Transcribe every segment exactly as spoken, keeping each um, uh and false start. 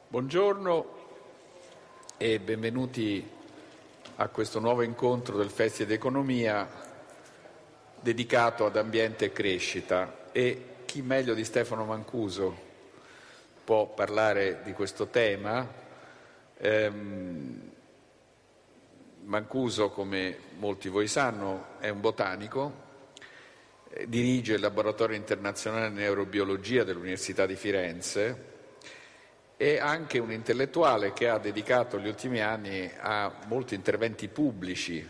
Buongiorno e benvenuti a questo nuovo incontro del Festival d'Economia dedicato ad ambiente e crescita. E chi meglio di Stefano Mancuso può parlare di questo tema? Ehm, Mancuso, come molti di voi sanno, è un botanico. Dirige il Laboratorio Internazionale di Neurobiologia dell'Università di Firenze, è anche un intellettuale che ha dedicato gli ultimi anni a molti interventi pubblici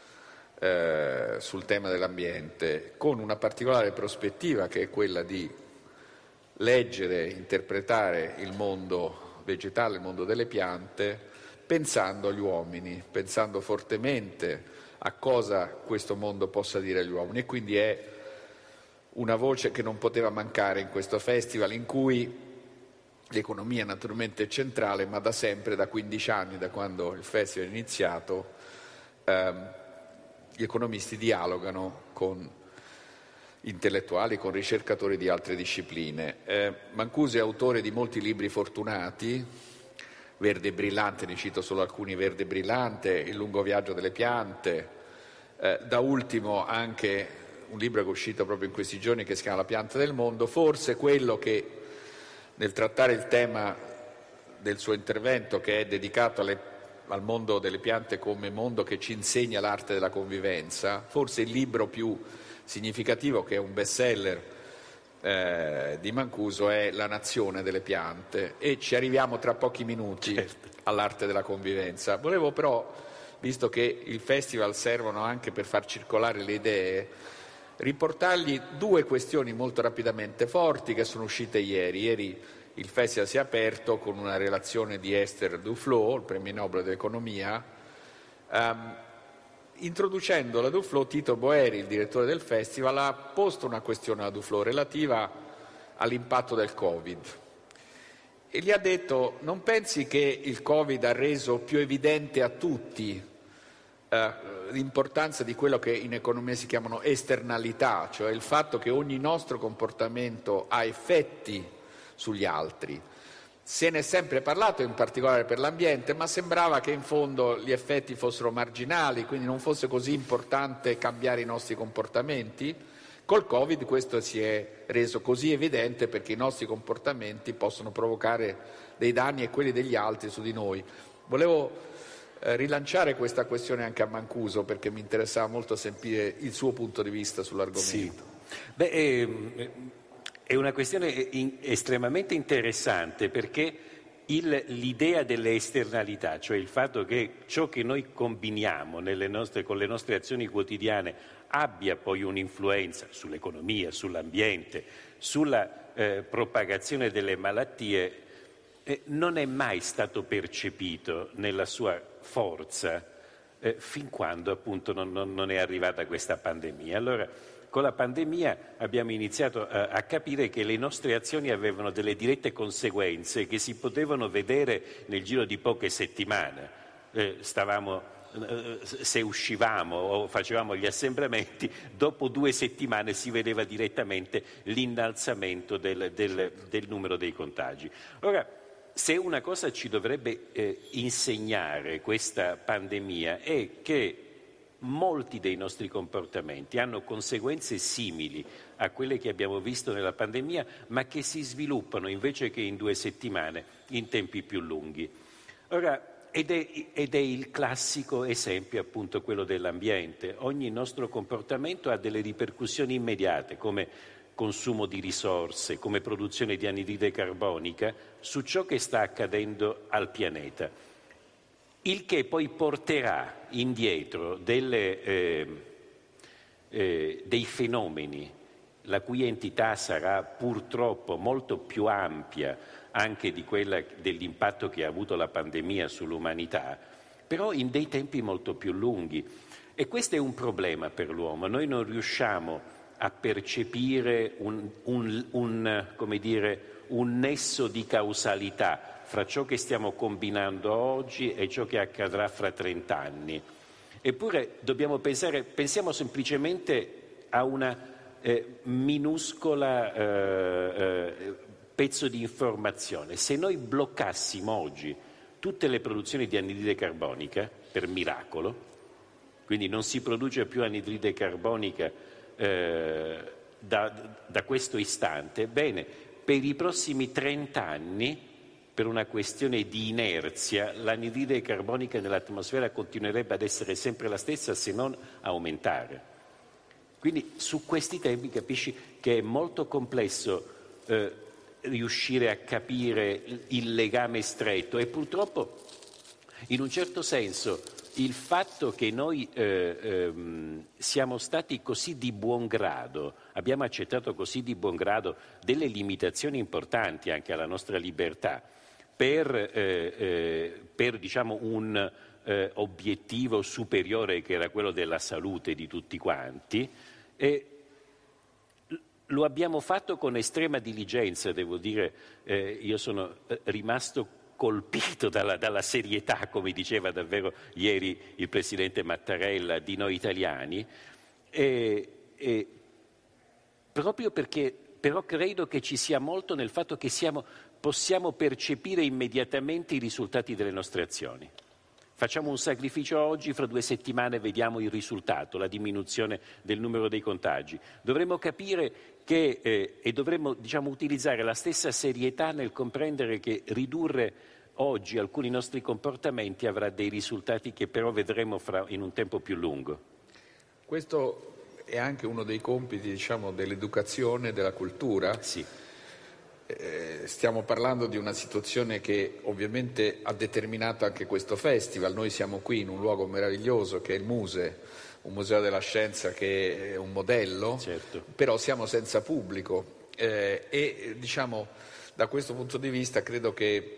eh, sul tema dell'ambiente, con una particolare prospettiva che è quella di leggere, interpretare il mondo vegetale, il mondo delle piante, pensando agli uomini, pensando fortemente a cosa questo mondo possa dire agli uomini, e quindi è una voce che non poteva mancare in questo festival, in cui l'economia naturalmente è centrale, ma da sempre, da quindici anni, da quando il festival è iniziato, ehm, gli economisti dialogano con intellettuali, con ricercatori di altre discipline. Eh, Mancuso è autore di molti libri fortunati, Verde Brillante, ne cito solo alcuni: Verde Brillante, Il lungo viaggio delle piante, eh, da ultimo anche un libro che è uscito proprio in questi giorni che si chiama La pianta del mondo, forse quello che nel trattare il tema del suo intervento, che è dedicato alle, al mondo delle piante come mondo che ci insegna l'arte della convivenza, forse il libro più significativo, che è un bestseller eh, di Mancuso, è La nazione delle piante, e ci arriviamo tra pochi minuti certo. all'arte della convivenza. Volevo però, visto che il festival servono anche per far circolare le idee, riportargli due questioni molto rapidamente forti che sono uscite ieri. Ieri il festival si è aperto con una relazione di Esther Duflo, il premio Nobel dell'economia. Um, introducendo la Duflo, Tito Boeri, il direttore del festival, ha posto una questione alla Duflo relativa all'impatto del Covid e gli ha detto: non pensi che il Covid ha reso più evidente a tutti Uh, l'importanza di quello che in economia si chiamano esternalità, cioè il fatto che ogni nostro comportamento ha effetti sugli altri. Se ne è sempre parlato, in particolare per l'ambiente, ma sembrava che in fondo gli effetti fossero marginali, quindi non fosse così importante cambiare i nostri comportamenti. Col Covid questo si è reso così evidente, perché i nostri comportamenti possono provocare dei danni e quelli degli altri su di noi. Volevo Eh, rilanciare questa questione anche a Mancuso, perché mi interessava molto sentire il suo punto di vista sull'argomento. Sì. Beh, è, è una questione in, estremamente interessante, perché il, l'idea delle esternalità, cioè il fatto che ciò che noi combiniamo nelle nostre, con le nostre azioni quotidiane abbia poi un'influenza sull'economia, sull'ambiente, sulla eh, propagazione delle malattie, eh, non è mai stato percepito nella sua forza eh, fin quando appunto non, non, non è arrivata questa pandemia. Allora, con la pandemia abbiamo iniziato a, a capire che le nostre azioni avevano delle dirette conseguenze che si potevano vedere nel giro di poche settimane. Eh, stavamo, eh, se uscivamo o facevamo gli assembramenti, dopo due settimane si vedeva direttamente l'innalzamento del, del, del numero dei contagi. Ora, se una cosa ci dovrebbe eh, insegnare questa pandemia è che molti dei nostri comportamenti hanno conseguenze simili a quelle che abbiamo visto nella pandemia, ma che si sviluppano invece che in due settimane, in tempi più lunghi. Ora, ed è, ed è il classico esempio appunto quello dell'ambiente. Ogni nostro comportamento ha delle ripercussioni immediate, come consumo di risorse, come produzione di anidride carbonica, su ciò che sta accadendo al pianeta, il che poi porterà indietro delle, eh, eh, dei fenomeni la cui entità sarà purtroppo molto più ampia anche di quella dell'impatto che ha avuto la pandemia sull'umanità, però in dei tempi molto più lunghi. E questo è un problema per l'uomo. Noi non riusciamo a percepire un, un, un, come dire, un nesso di causalità fra ciò che stiamo combinando oggi e ciò che accadrà fra trent'anni. Eppure dobbiamo pensare, pensiamo semplicemente a una eh, minuscola eh, eh, pezzo di informazione. Se noi bloccassimo oggi tutte le produzioni di anidride carbonica, per miracolo, quindi non si produce più anidride carbonica eh, da, da questo istante, bene, per i prossimi trenta anni, per una questione di inerzia, l'anidride carbonica nell'atmosfera continuerebbe ad essere sempre la stessa, se non aumentare. Quindi su questi temi capisci che è molto complesso eh, riuscire a capire il legame stretto e purtroppo in un certo senso il fatto che noi eh, ehm, siamo stati così di buon grado, abbiamo accettato così di buon grado delle limitazioni importanti anche alla nostra libertà per, eh, eh, per diciamo, un eh, obiettivo superiore che era quello della salute di tutti quanti, e lo abbiamo fatto con estrema diligenza, devo dire, eh, io sono rimasto colpito dalla, dalla serietà, come diceva davvero ieri il Presidente Mattarella, di noi italiani, e, e proprio perché però credo che ci sia molto nel fatto che siamo, possiamo percepire immediatamente i risultati delle nostre azioni. Facciamo un sacrificio oggi, fra due settimane vediamo il risultato, la diminuzione del numero dei contagi. Dovremmo capire che, eh, e dovremmo diciamo, utilizzare la stessa serietà nel comprendere che ridurre oggi alcuni nostri comportamenti avrà dei risultati che però vedremo fra, in un tempo più lungo. Questo è anche uno dei compiti, diciamo, dell'educazione e della cultura. Sì. Eh, stiamo parlando di una situazione che ovviamente ha determinato anche questo festival. Noi siamo qui in un luogo meraviglioso che è il Muse, un museo della scienza che è un modello, certo. Però siamo senza pubblico eh, e diciamo da questo punto di vista credo che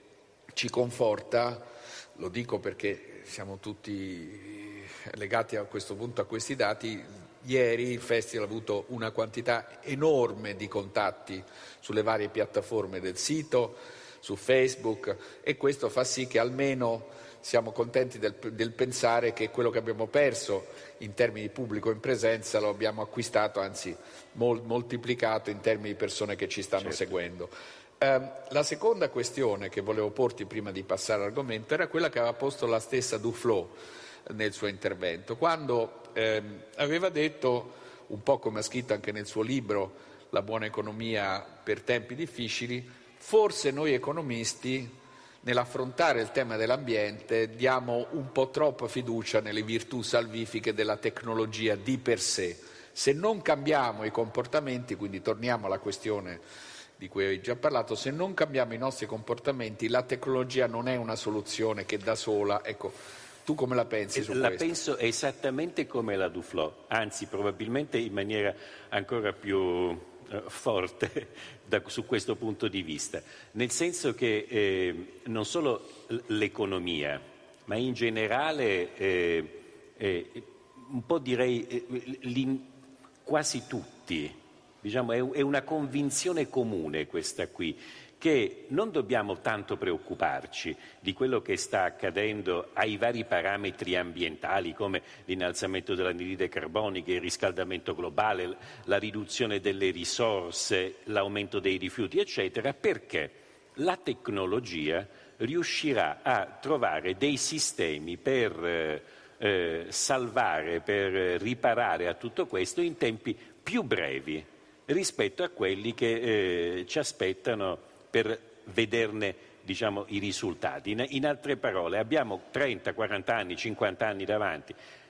ci conforta, lo dico perché siamo tutti legati a questo punto a questi dati. Ieri il festival ha avuto una quantità enorme di contatti sulle varie piattaforme del sito, su Facebook, e questo fa sì che almeno siamo contenti del, del pensare che quello che abbiamo perso in termini di pubblico in presenza lo abbiamo acquistato, anzi mol, moltiplicato in termini di persone che ci stanno certo. seguendo. Eh, la seconda questione che volevo porti prima di passare all'argomento era quella che aveva posto la stessa Duflo nel suo intervento, quando ehm, aveva detto, un po' come ha scritto anche nel suo libro La buona economia per tempi difficili, forse noi economisti nell'affrontare il tema dell'ambiente diamo un po' troppa fiducia nelle virtù salvifiche della tecnologia di per sé. Se non cambiamo i comportamenti, quindi torniamo alla questione di cui hai già parlato, se non cambiamo i nostri comportamenti, la tecnologia non è una soluzione che da sola, ecco. Tu come la pensi su la questo? La penso esattamente come la Duflo, anzi probabilmente in maniera ancora più eh, forte da, su questo punto di vista, nel senso che eh, non solo l'economia, ma in generale eh, eh, un po' direi eh, quasi tutti, diciamo, è, è una convinzione comune questa qui, che non dobbiamo tanto preoccuparci di quello che sta accadendo ai vari parametri ambientali come l'innalzamento dell'anidride carbonica, il riscaldamento globale, la riduzione delle risorse, l'aumento dei rifiuti, eccetera, perché la tecnologia riuscirà a trovare dei sistemi per eh, eh, salvare, per riparare a tutto questo in tempi più brevi rispetto a quelli che eh, ci aspettano per vederne diciamo, i risultati. In, in altre parole, abbiamo trenta, quaranta anni, cinquanta anni davanti.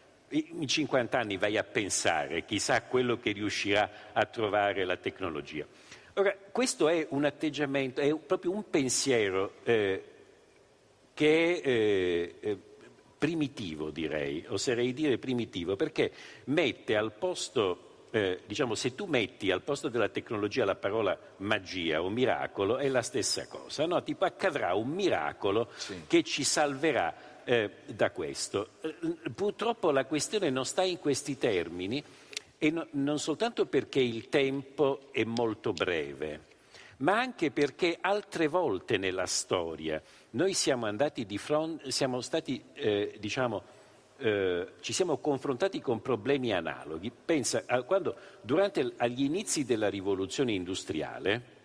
In cinquanta anni vai a pensare, chissà quello che riuscirà a trovare la tecnologia. Ora, questo è un atteggiamento, è proprio un pensiero eh, che è eh, eh, primitivo, direi, oserei dire primitivo, perché mette al posto... Eh, diciamo, se tu metti al posto della tecnologia la parola magia o miracolo è la stessa cosa, no? Tipo accadrà un miracolo sì. che ci salverà eh, da questo. Eh, purtroppo la questione non sta in questi termini e no, non soltanto perché il tempo è molto breve, ma anche perché altre volte nella storia noi siamo andati di fronte, siamo stati, eh, diciamo, Eh, ci siamo confrontati con problemi analoghi. Pensa a quando durante agli inizi della rivoluzione industriale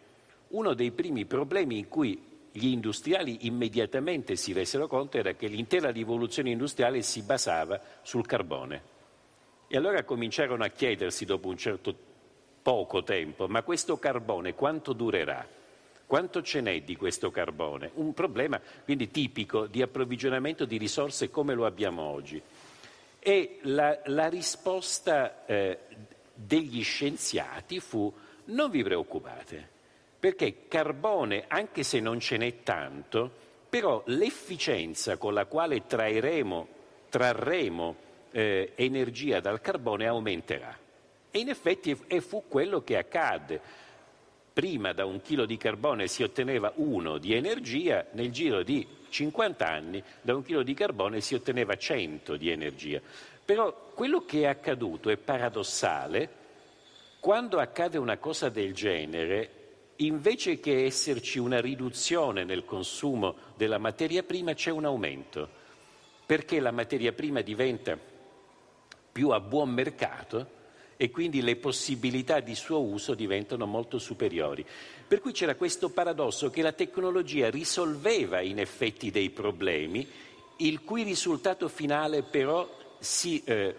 Uno dei primi problemi in cui gli industriali immediatamente si resero conto era che l'intera rivoluzione industriale si basava sul carbone. E allora cominciarono a chiedersi dopo un certo poco tempo, ma questo carbone quanto durerà? Quanto ce n'è di questo carbone? Un problema quindi tipico di approvvigionamento di risorse come lo abbiamo oggi. E la, la risposta eh, degli scienziati fu: non vi preoccupate, perché carbone, anche se non ce n'è tanto, però l'efficienza con la quale traeremo, trarremo eh, energia dal carbone aumenterà. E in effetti e fu quello che accadde. Prima da un chilo di carbone si otteneva uno di energia, nel giro di cinquanta anni da un chilo di carbone si otteneva cento di energia. Però quello che è accaduto è paradossale: quando accade una cosa del genere, invece che esserci una riduzione nel consumo della materia prima, c'è un aumento, perché la materia prima diventa più a buon mercato e quindi le possibilità di suo uso diventano molto superiori. Per cui c'era questo paradosso che la tecnologia risolveva in effetti dei problemi, il cui risultato finale però si eh,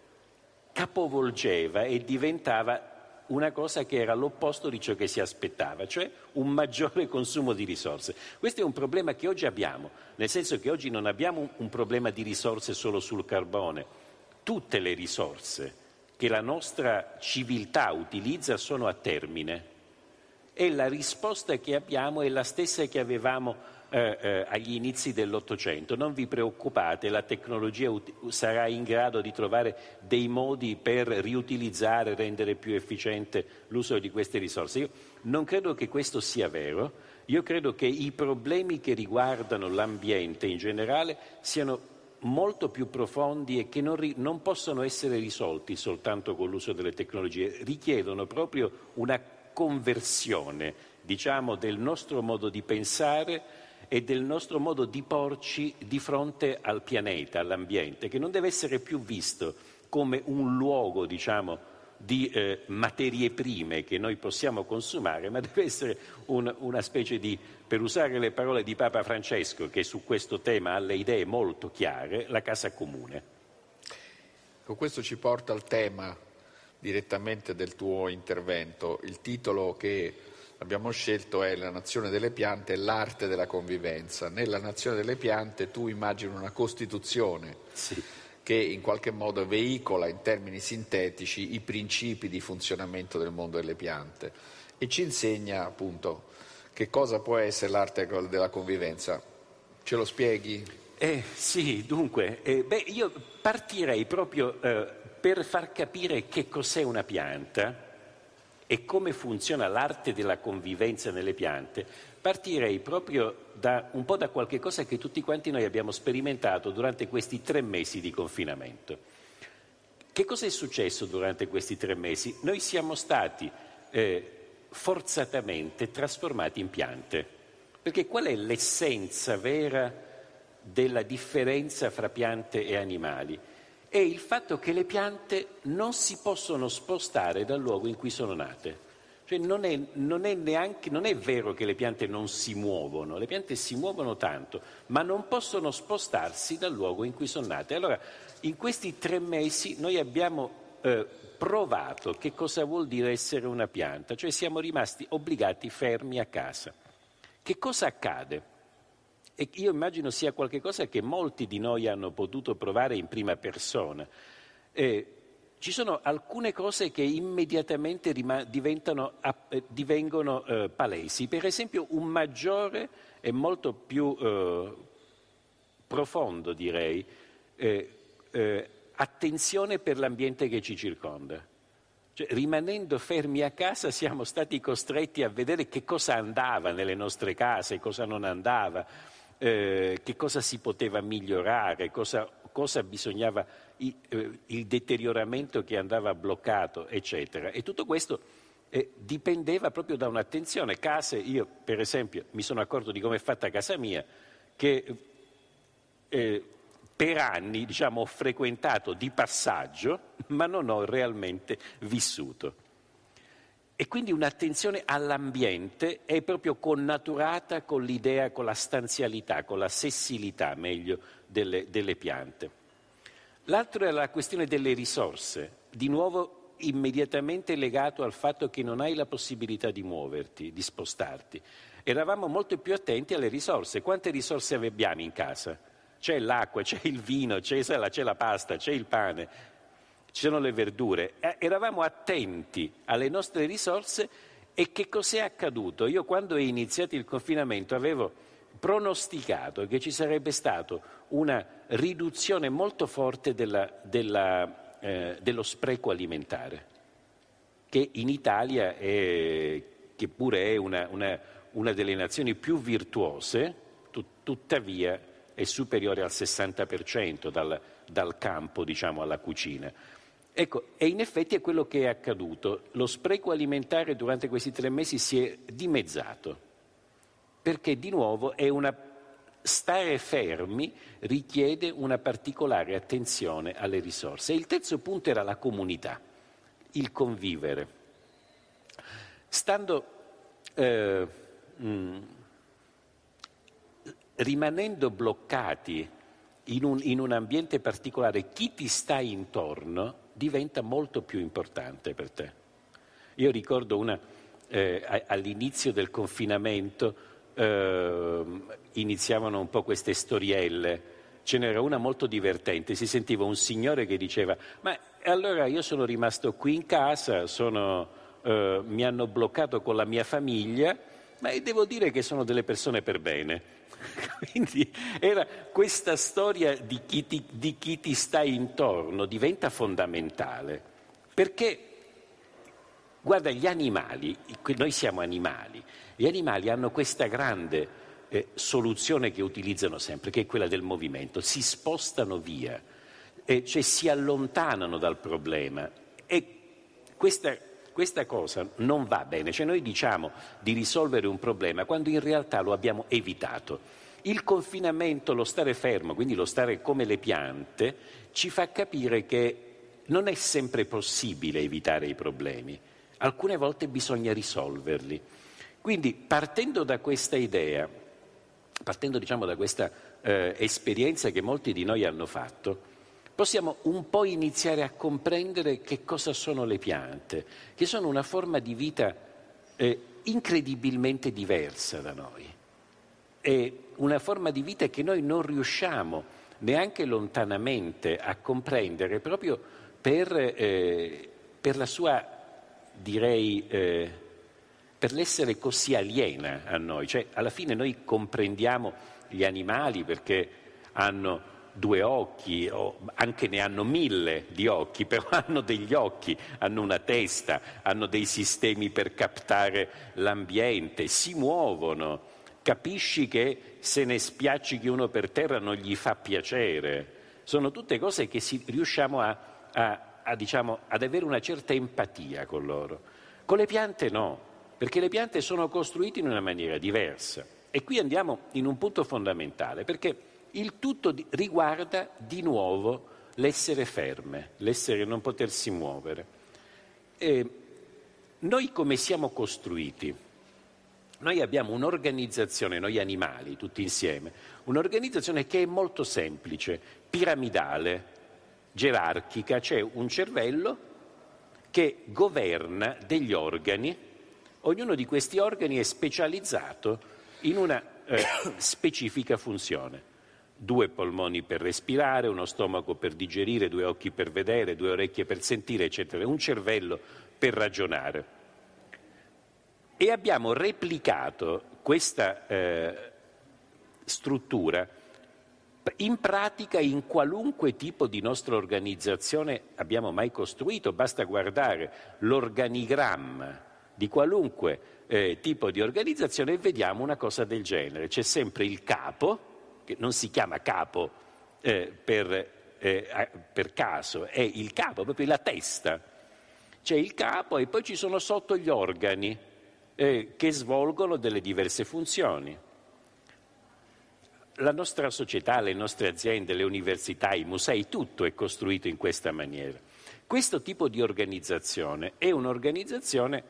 capovolgeva e diventava una cosa che era l'opposto di ciò che si aspettava, cioè un maggiore consumo di risorse. Questo è un problema che oggi abbiamo, nel senso che oggi non abbiamo un problema di risorse solo sul carbone. Tutte le risorse che la nostra civiltà utilizza sono a termine e la risposta che abbiamo è la stessa che avevamo eh, eh, agli inizi dell'Ottocento. Non vi preoccupate, la tecnologia ut- sarà in grado di trovare dei modi per riutilizzare, rendere più efficiente l'uso di queste risorse. Io non credo che questo sia vero. Io credo che i problemi che riguardano l'ambiente in generale siano molto più profondi e che non, ri- non possono essere risolti soltanto con l'uso delle tecnologie, richiedono proprio una conversione, diciamo, del nostro modo di pensare e del nostro modo di porci di fronte al pianeta, all'ambiente, che non deve essere più visto come un luogo, diciamo, di eh, materie prime che noi possiamo consumare, ma deve essere un, una specie di, per usare le parole di Papa Francesco, che su questo tema ha le idee molto chiare, la casa comune. Con questo ci porta al tema direttamente del tuo intervento. Il titolo che abbiamo scelto è La nazione delle piante e l'arte della convivenza. Nella nazione delle piante tu immagini una Costituzione. Sì. Che in qualche modo veicola in termini sintetici i principi di funzionamento del mondo delle piante e ci insegna appunto che cosa può essere l'arte della convivenza. Ce lo spieghi? Eh, sì, dunque, eh, beh, io partirei proprio eh, per far capire che cos'è una pianta e come funziona l'arte della convivenza nelle piante. Partirei proprio da un po' da qualche cosa che tutti quanti noi abbiamo sperimentato durante questi tre mesi di confinamento. Che cosa è successo durante questi tre mesi? Noi siamo stati eh, forzatamente trasformati in piante. Perché qual è l'essenza vera della differenza fra piante e animali? È il fatto che le piante non si possono spostare dal luogo in cui sono nate. Cioè non è, non è neanche, non è vero che le piante non si muovono, le piante si muovono tanto, ma non possono spostarsi dal luogo in cui sono nate. Allora, in questi tre mesi noi abbiamo eh, provato che cosa vuol dire essere una pianta, cioè siamo rimasti obbligati fermi a casa. Che cosa accade? E io immagino sia qualcosa che molti di noi hanno potuto provare in prima persona. Eh, Ci sono alcune cose che immediatamente rima- diventano, eh, divengono eh, palesi. Per esempio un maggiore e molto più eh, profondo, direi, eh, eh, attenzione per l'ambiente che ci circonda. Cioè, rimanendo fermi a casa siamo stati costretti a vedere che cosa andava nelle nostre case, cosa non andava, eh, che cosa si poteva migliorare, cosa, cosa bisognava, il, eh, il deterioramento che andava bloccato, eccetera. E tutto questo eh, dipendeva proprio da un'attenzione. Case, io per esempio mi sono accorto di come è fatta casa mia, che eh, per anni, diciamo, ho frequentato di passaggio, ma non ho realmente vissuto. E quindi un'attenzione all'ambiente è proprio connaturata con l'idea, con la stanzialità, con la sessilità, meglio, delle, delle piante. L'altro è la questione delle risorse, di nuovo immediatamente legato al fatto che non hai la possibilità di muoverti, di spostarti. Eravamo molto più attenti alle risorse. Quante risorse abbiamo in casa? C'è l'acqua, c'è il vino, c'è, c'è la pasta, c'è il pane, ci sono le verdure. Eravamo attenti alle nostre risorse e che cos'è accaduto? Io quando è iniziato il confinamento avevo pronosticato che ci sarebbe stata una riduzione molto forte della, della, eh, dello spreco alimentare, che in Italia è, che pure è una, una, una delle nazioni più virtuose, tut, tuttavia è superiore al sessanta per cento dal, dal campo, diciamo, alla cucina. Ecco, e in effetti è quello che è accaduto. Lo spreco alimentare durante questi tre mesi si è dimezzato, perché di nuovo è una, stare fermi richiede una particolare attenzione alle risorse. E il terzo punto era la comunità, il convivere. Stando, eh, mh, rimanendo bloccati in un, in un ambiente particolare, chi ti sta intorno diventa molto più importante per te. Io ricordo una, eh, all'inizio del confinamento eh, iniziavano un po' queste storielle, ce n'era una molto divertente, si sentiva un signore che diceva: ma allora io sono rimasto qui in casa, sono, eh, mi hanno bloccato con la mia famiglia, ma devo dire che sono delle persone per bene. Quindi era questa storia di chi, ti, di chi ti sta intorno diventa fondamentale, perché guarda, gli animali, noi siamo animali, gli animali hanno questa grande eh, soluzione che utilizzano sempre, che è quella del movimento, si spostano via, eh, cioè si allontanano dal problema, e questa Questa cosa non va bene, cioè noi diciamo di risolvere un problema quando in realtà lo abbiamo evitato. Il confinamento, lo stare fermo, quindi lo stare come le piante, ci fa capire che non è sempre possibile evitare i problemi, alcune volte bisogna risolverli. Quindi partendo da questa idea, partendo diciamo da questa eh, esperienza che molti di noi hanno fatto, possiamo un po' iniziare a comprendere che cosa sono le piante, che sono una forma di vita eh, incredibilmente diversa da noi. È una forma di vita che noi non riusciamo neanche lontanamente a comprendere, proprio per, eh, per la sua, direi, eh, per l'essere così aliena a noi. Cioè, alla fine noi comprendiamo gli animali perché hanno due occhi, o anche ne hanno mille di occhi, però hanno degli occhi, hanno una testa, hanno dei sistemi per captare l'ambiente, si muovono, capisci che se ne spiaccichi uno per terra non gli fa piacere. Sono tutte cose che si, riusciamo a, a, a, diciamo, ad avere una certa empatia con loro. Con le piante no, perché le piante sono costruite in una maniera diversa. E qui andiamo in un punto fondamentale, perché il tutto riguarda di nuovo l'essere ferme, l'essere non potersi muovere. E noi come siamo costruiti? Noi abbiamo un'organizzazione, noi animali tutti insieme, un'organizzazione che è molto semplice, piramidale, gerarchica, c'è un cervello che governa degli organi, ognuno di questi organi è specializzato in una eh, specifica funzione. Due polmoni per respirare, uno stomaco per digerire, due occhi per vedere, due orecchie per sentire, eccetera, un cervello per ragionare. E abbiamo replicato questa eh, struttura in pratica in qualunque tipo di nostra organizzazione abbiamo mai costruito. Basta guardare l'organigramma di qualunque eh, tipo di organizzazione e vediamo una cosa del genere. C'è sempre il capo, che non si chiama capo eh, per, eh, per caso, è il capo, proprio la testa. C'è il capo e poi ci sono sotto gli organi eh, che svolgono delle diverse funzioni. La nostra società, le nostre aziende, le università, i musei, tutto è costruito in questa maniera. Questo tipo di organizzazione è un'organizzazione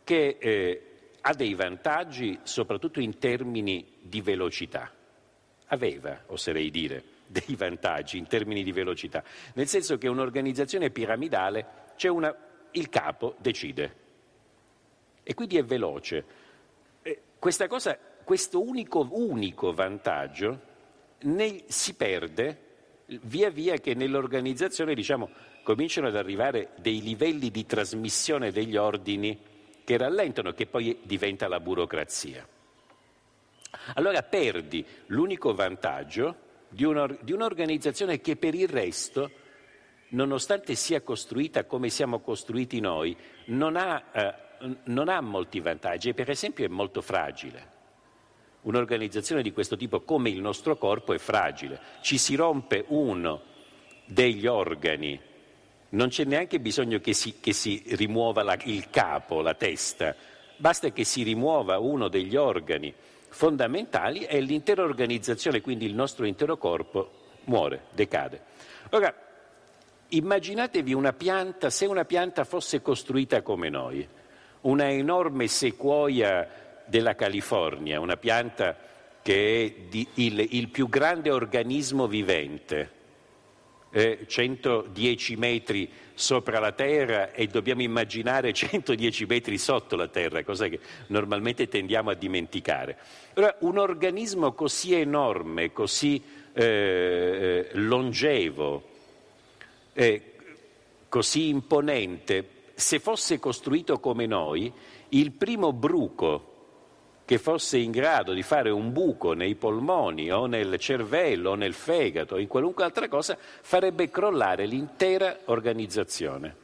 che eh, ha dei vantaggi soprattutto in termini di velocità. Aveva, oserei dire, dei vantaggi in termini di velocità, nel senso che un'organizzazione piramidale c'è una, il capo decide e quindi è veloce. Eh, questa cosa, questo unico, unico vantaggio ne, si perde via via che nell'organizzazione, diciamo, cominciano ad arrivare dei livelli di trasmissione degli ordini che rallentano, che poi diventa la burocrazia. Allora perdi l'unico vantaggio di, un'or- di un'organizzazione che per il resto, nonostante sia costruita come siamo costruiti noi, non ha, eh, non ha molti vantaggi e per esempio è molto fragile. Un'organizzazione di questo tipo, come il nostro corpo, è fragile. Ci si rompe uno degli organi, non c'è neanche bisogno che si, che si rimuova la, il capo, la testa, basta che si rimuova uno degli organi fondamentali e l'intera organizzazione, quindi il nostro intero corpo, muore, decade. Ora, immaginatevi una pianta, se una pianta fosse costruita come noi, una enorme sequoia della California, una pianta che è di, il, il più grande organismo vivente, eh, centodieci metri sopra la terra e dobbiamo immaginare centodieci metri sotto la terra, cosa che normalmente tendiamo a dimenticare. Allora, un organismo così enorme, così eh, longevo, eh, così imponente, se fosse costruito come noi, il primo bruco che fosse in grado di fare un buco nei polmoni o nel cervello o nel fegato o in qualunque altra cosa farebbe crollare l'intera organizzazione.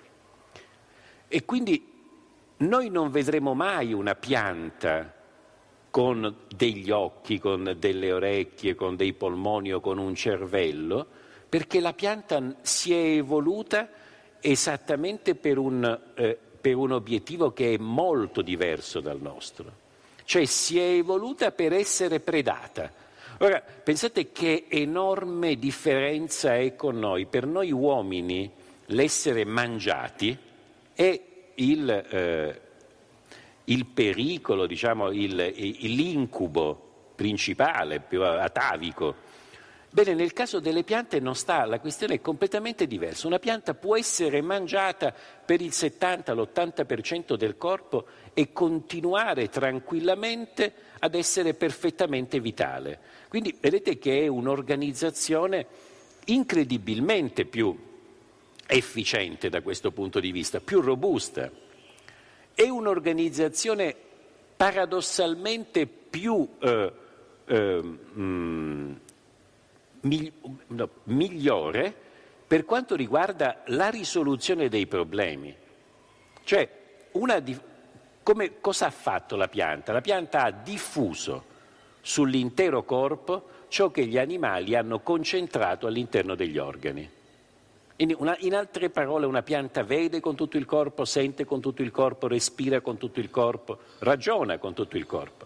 E quindi noi non vedremo mai una pianta con degli occhi, con delle orecchie, con dei polmoni o con un cervello, perché la pianta si è evoluta esattamente per un, eh, per un obiettivo che è molto diverso dal nostro. Cioè si è evoluta per essere predata. Ora, pensate che enorme differenza è con noi. Per noi uomini l'essere mangiati è il, eh, il pericolo, diciamo, il, l'incubo principale, più atavico. Bene, nel caso delle piante non sta, la questione è completamente diversa. Una pianta può essere mangiata per il settanta l'ottanta per cento del corpo e continuare tranquillamente ad essere perfettamente vitale. Quindi vedete che è un'organizzazione incredibilmente più efficiente da questo punto di vista, più robusta. È un'organizzazione paradossalmente più eh, eh, mh, migli- no, migliore per quanto riguarda la risoluzione dei problemi. Cioè, una di, come, cosa ha fatto la pianta? La pianta ha diffuso sull'intero corpo ciò che gli animali hanno concentrato all'interno degli organi. In, una, in altre parole, una pianta vede con tutto il corpo, sente con tutto il corpo, respira con tutto il corpo, ragiona con tutto il corpo.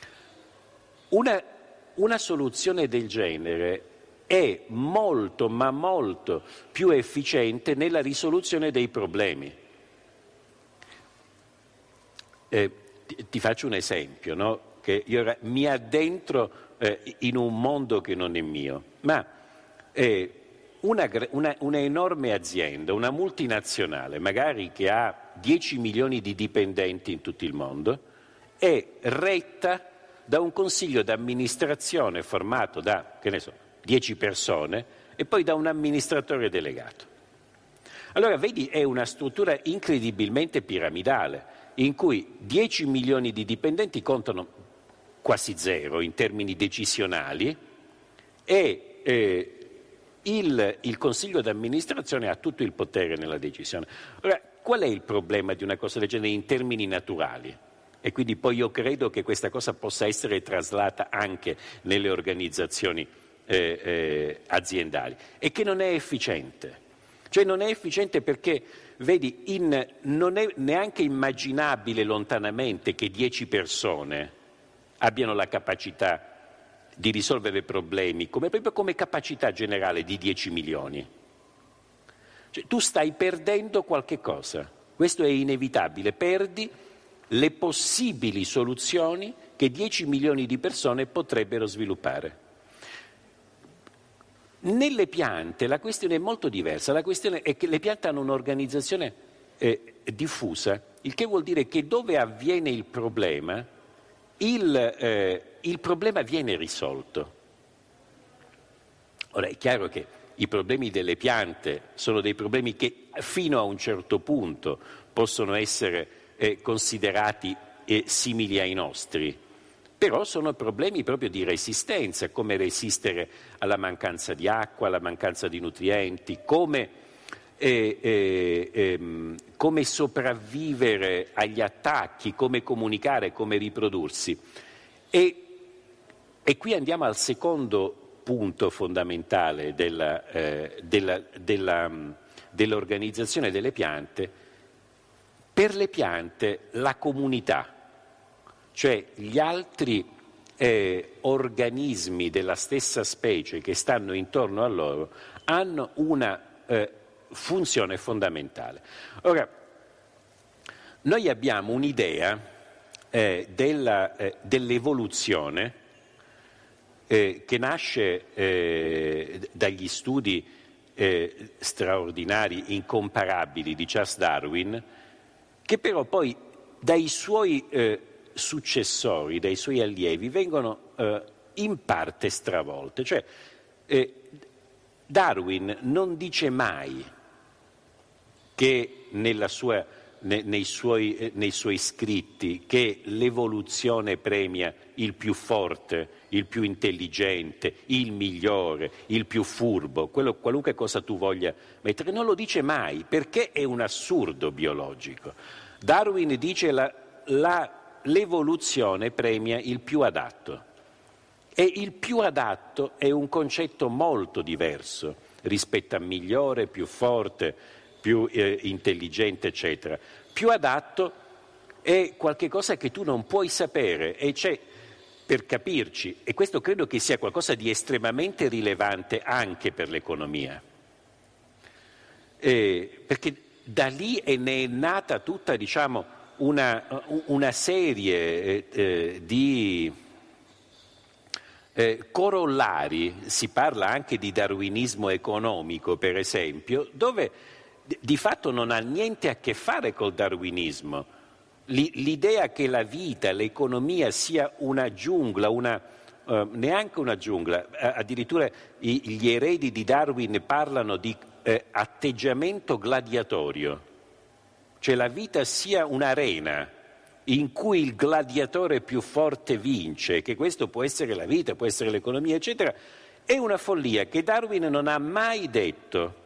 Una, una soluzione del genere è molto, ma molto più efficiente nella risoluzione dei problemi. Eh, ti, ti faccio un esempio, no? Che io mi addentro eh, in un mondo che non è mio, ma eh, una, una, una enorme azienda, una multinazionale, magari che ha dieci milioni di dipendenti in tutto il mondo, è retta da un consiglio d'amministrazione formato da, che ne so, dieci persone e poi da un amministratore delegato. Allora, vedi, è una struttura incredibilmente piramidale, in cui dieci milioni di dipendenti contano quasi zero in termini decisionali e eh, il, il consiglio d'amministrazione ha tutto il potere nella decisione. Ora, qual è il problema di una cosa del genere in termini naturali? E quindi poi io credo che questa cosa possa essere traslata anche nelle organizzazioni eh, eh, aziendali, è che non è efficiente. Cioè non è efficiente perché, vedi, in, non è neanche immaginabile lontanamente che dieci persone abbiano la capacità di risolvere problemi, come, proprio come capacità generale di dieci milioni. Cioè, tu stai perdendo qualche cosa, questo è inevitabile, perdi le possibili soluzioni che dieci milioni di persone potrebbero sviluppare. Nelle piante la questione è molto diversa, la questione è che le piante hanno un'organizzazione eh, diffusa, il che vuol dire che dove avviene il problema, il, eh, il problema viene risolto. Ora è chiaro che i problemi delle piante sono dei problemi che fino a un certo punto possono essere eh, considerati eh, simili ai nostri, però sono problemi proprio di resistenza, come resistere alla mancanza di acqua, alla mancanza di nutrienti, come, eh, eh, ehm, come sopravvivere agli attacchi, come comunicare, come riprodursi. E, e qui andiamo al secondo punto fondamentale della, eh, della, della, dell'organizzazione delle piante. Per le piante la comunità, cioè gli altri eh, organismi della stessa specie che stanno intorno a loro, hanno una eh, funzione fondamentale. Ora, noi abbiamo un'idea eh, della, eh, dell'evoluzione eh, che nasce eh, dagli studi eh, straordinari, incomparabili di Charles Darwin, che però poi dai suoi eh, successori, dai suoi allievi, vengono eh, in parte stravolte. Cioè, eh, Darwin non dice mai che nella sua, ne, nei, suoi, eh, nei suoi scritti che l'evoluzione premia il più forte, il più intelligente, il migliore, il più furbo, quello, qualunque cosa tu voglia mettere, non lo dice mai, perché è un assurdo biologico. Darwin dice la, la l'evoluzione premia il più adatto e il più adatto è un concetto molto diverso rispetto a migliore, più forte, più eh, intelligente, eccetera. Più adatto è qualcosa che tu non puoi sapere e c'è, per capirci, e questo credo che sia qualcosa di estremamente rilevante anche per l'economia, eh, perché da lì è, ne è nata tutta, diciamo, Una, una serie eh, di eh, corollari, si parla anche di darwinismo economico per esempio, dove di fatto non ha niente a che fare col darwinismo. L'idea che la vita, l'economia sia una giungla, una, eh, neanche una giungla, addirittura i, gli eredi di Darwin parlano di eh, atteggiamento gladiatorio. Cioè la vita sia un'arena in cui il gladiatore più forte vince, che questo può essere la vita, può essere l'economia, eccetera, è una follia che Darwin non ha mai detto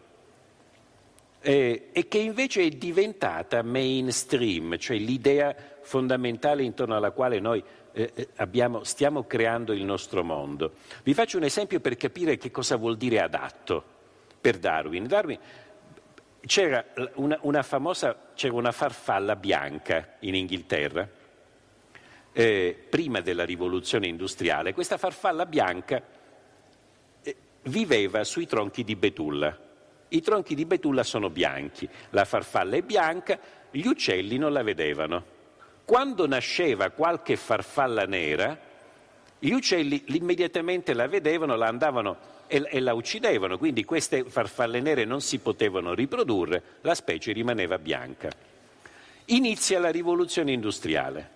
eh, e che invece è diventata mainstream, cioè l'idea fondamentale intorno alla quale noi eh, abbiamo, stiamo creando il nostro mondo. Vi faccio un esempio per capire che cosa vuol dire adatto per Darwin. Darwin C'era una, una famosa, c'era una farfalla bianca in Inghilterra, eh, prima della rivoluzione industriale. Questa farfalla bianca eh, viveva sui tronchi di betulla. I tronchi di betulla sono bianchi, la farfalla è bianca, gli uccelli non la vedevano. Quando nasceva qualche farfalla nera, gli uccelli immediatamente la vedevano, la andavano e, e la uccidevano, quindi queste farfalle nere non si potevano riprodurre, la specie rimaneva bianca. Inizia la rivoluzione industriale.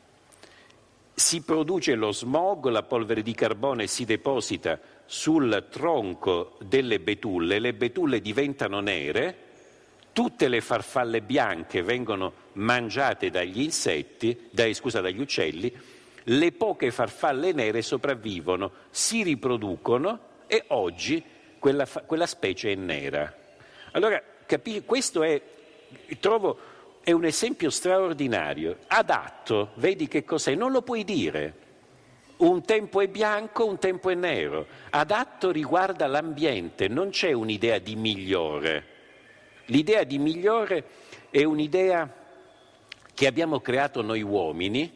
Si produce lo smog, la polvere di carbone si deposita sul tronco delle betulle, le betulle diventano nere, tutte le farfalle bianche vengono mangiate dagli insetti, dai, scusa, dagli uccelli, le poche farfalle nere sopravvivono, si riproducono e oggi quella, quella specie è nera. Allora, capi, questo è, trovo, è un esempio straordinario, adatto, vedi che cos'è, non lo puoi dire. Un tempo è bianco, un tempo è nero. Adatto riguarda l'ambiente, non c'è un'idea di migliore. L'idea di migliore è un'idea che abbiamo creato noi uomini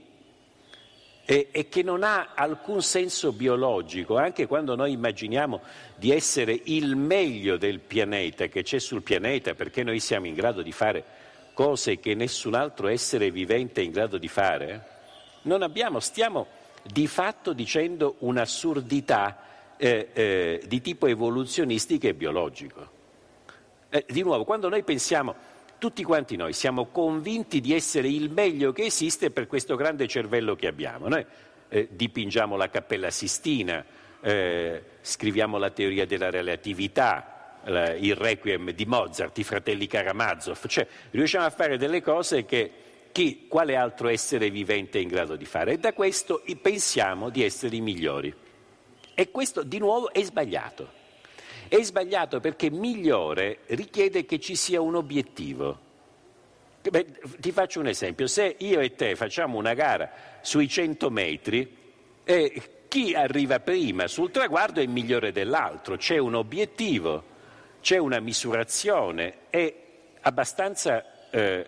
e, e che non ha alcun senso biologico, anche quando noi immaginiamo di essere il meglio del pianeta, che c'è sul pianeta, perché noi siamo in grado di fare cose che nessun altro essere vivente è in grado di fare? Non abbiamo, stiamo di fatto dicendo un'assurdità eh, eh, di tipo evoluzionistico e biologico. Eh, di nuovo, quando noi pensiamo, tutti quanti noi siamo convinti di essere il meglio che esiste per questo grande cervello che abbiamo. Noi eh, dipingiamo la Cappella Sistina, eh, scriviamo la teoria della relatività, la, il Requiem di Mozart, i fratelli Karamazov, cioè riusciamo a fare delle cose che chi, quale altro essere vivente è in grado di fare? E da questo pensiamo di essere i migliori. E questo di nuovo è sbagliato. È sbagliato perché migliore richiede che ci sia un obiettivo. Beh, ti faccio un esempio: se io e te facciamo una gara sui cento metri, eh, chi arriva prima sul traguardo è migliore dell'altro, c'è un obiettivo, c'è una misurazione, è abbastanza eh,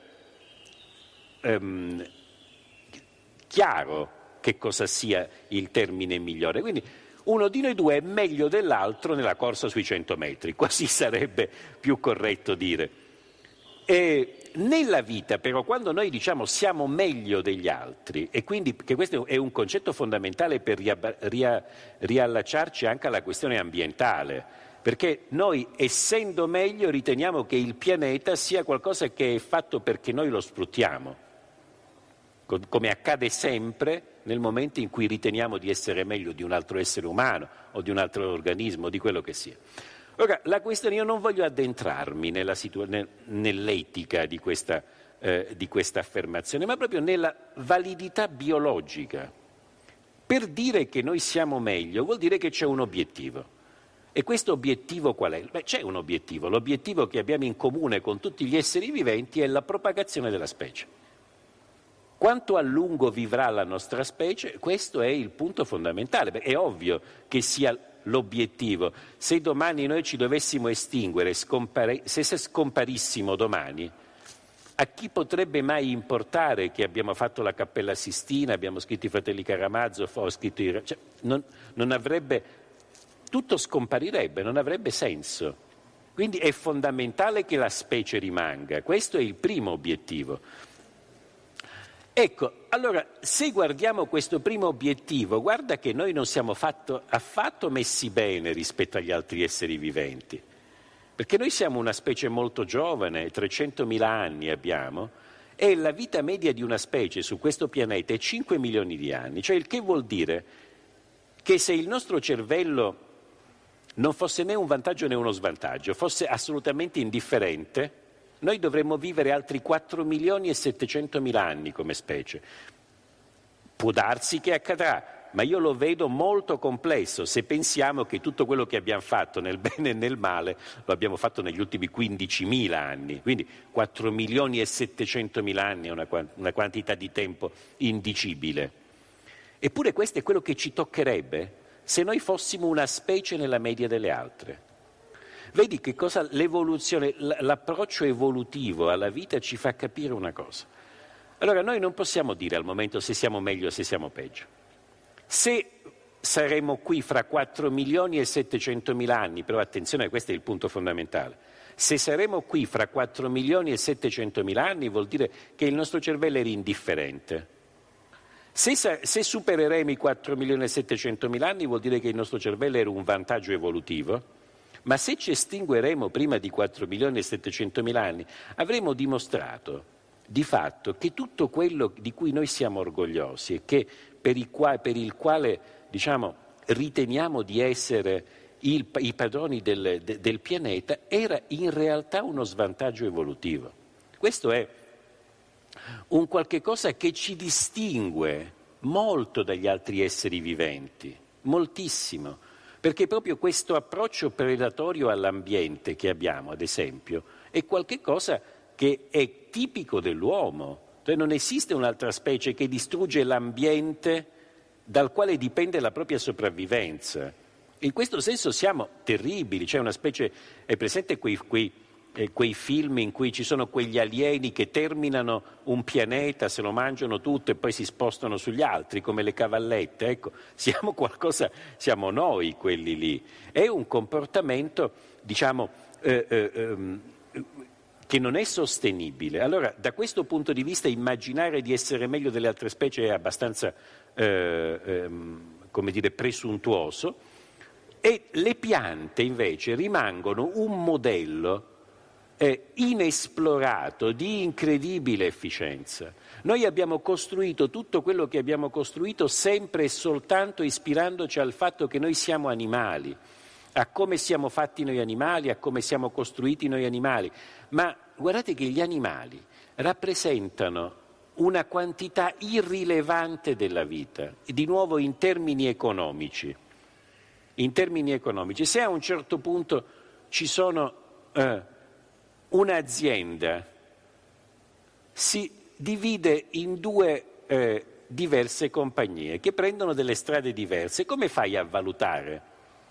ehm, chiaro che cosa sia il termine migliore. Quindi uno di noi due è meglio dell'altro nella corsa sui cento metri, quasi sarebbe più corretto dire. E nella vita però, quando noi diciamo siamo meglio degli altri, e quindi che questo è un concetto fondamentale per ria, ria, riallacciarci anche alla questione ambientale, perché noi, essendo meglio, riteniamo che il pianeta sia qualcosa che è fatto perché noi lo sfruttiamo, come accade sempre nel momento in cui riteniamo di essere meglio di un altro essere umano o di un altro organismo, di quello che sia. Ora, la questione, io non voglio addentrarmi nella situa- nel, nell'etica di questa, eh, di questa affermazione, ma proprio nella validità biologica. Per dire che noi siamo meglio vuol dire che c'è un obiettivo. E questo obiettivo qual è? Beh, c'è un obiettivo. L'obiettivo che abbiamo in comune con tutti gli esseri viventi è la propagazione della specie. Quanto a lungo vivrà la nostra specie? Questo è il punto fondamentale. È ovvio che sia l'obiettivo. Se domani noi ci dovessimo estinguere, scompare, se scomparissimo domani, a chi potrebbe mai importare che abbiamo fatto la Cappella Sistina, abbiamo scritto i fratelli Karamazov, ho scritto i... Cioè, non, non avrebbe... tutto scomparirebbe, non avrebbe senso. Quindi è fondamentale che la specie rimanga. Questo è il primo obiettivo. Ecco, allora, se guardiamo questo primo obiettivo, guarda che noi non siamo fatto, affatto messi bene rispetto agli altri esseri viventi, perché noi siamo una specie molto giovane, trecentomila anni abbiamo, e la vita media di una specie su questo pianeta è cinque milioni di anni, cioè il che vuol dire che se il nostro cervello non fosse né un vantaggio né uno svantaggio, fosse assolutamente indifferente, noi dovremmo vivere altri quattro milioni e settecentomila anni come specie. Può darsi che accadrà, ma io lo vedo molto complesso se pensiamo che tutto quello che abbiamo fatto nel bene e nel male lo abbiamo fatto negli ultimi quindicimila anni. Quindi quattro milioni e settecentomila anni è una, una quantità di tempo indicibile. Eppure questo è quello che ci toccherebbe se noi fossimo una specie nella media delle altre. Vedi che cosa l'evoluzione, l'approccio evolutivo alla vita ci fa capire una cosa. Allora noi non possiamo dire al momento se siamo meglio o se siamo peggio. Se saremo qui fra quattro milioni e settecentomila anni, però attenzione, questo è il punto fondamentale, se saremo qui fra quattro milioni e settecentomila anni vuol dire che il nostro cervello era indifferente. Se, se supereremo i quattro milioni e settecentomila anni vuol dire che il nostro cervello era un vantaggio evolutivo. Ma se ci estingueremo prima di quattro milioni e settecentomila anni, avremo dimostrato di fatto che tutto quello di cui noi siamo orgogliosi e che per, i qua, per il quale diciamo, riteniamo di essere il, i padroni del, de, del pianeta era in realtà uno svantaggio evolutivo. Questo è un qualche cosa che ci distingue molto dagli altri esseri viventi, moltissimo. Perché proprio questo approccio predatorio all'ambiente che abbiamo, ad esempio, è qualche cosa che è tipico dell'uomo. Cioè non esiste un'altra specie che distrugge l'ambiente dal quale dipende la propria sopravvivenza. In questo senso siamo terribili, c'è una specie, è presente quei, quei, eh, quei film in cui ci sono quegli alieni che terminano un pianeta, se lo mangiano tutto e poi si spostano sugli altri come le cavallette, ecco, siamo qualcosa, siamo noi quelli lì. È un comportamento, diciamo, eh, eh, che non è sostenibile. Allora, da questo punto di vista, immaginare di essere meglio delle altre specie è abbastanza, eh, ehm, come dire, presuntuoso, e le piante invece rimangono un modello eh, inesplorato di incredibile efficienza. Noi abbiamo costruito tutto quello che abbiamo costruito sempre e soltanto ispirandoci al fatto che noi siamo animali, a come siamo fatti noi animali, a come siamo costruiti noi animali. Ma guardate che gli animali rappresentano una quantità irrilevante della vita, di nuovo in termini economici. In termini economici, se a un certo punto ci sono eh, un'azienda, si divide in due eh, diverse compagnie che prendono delle strade diverse, come fai a valutare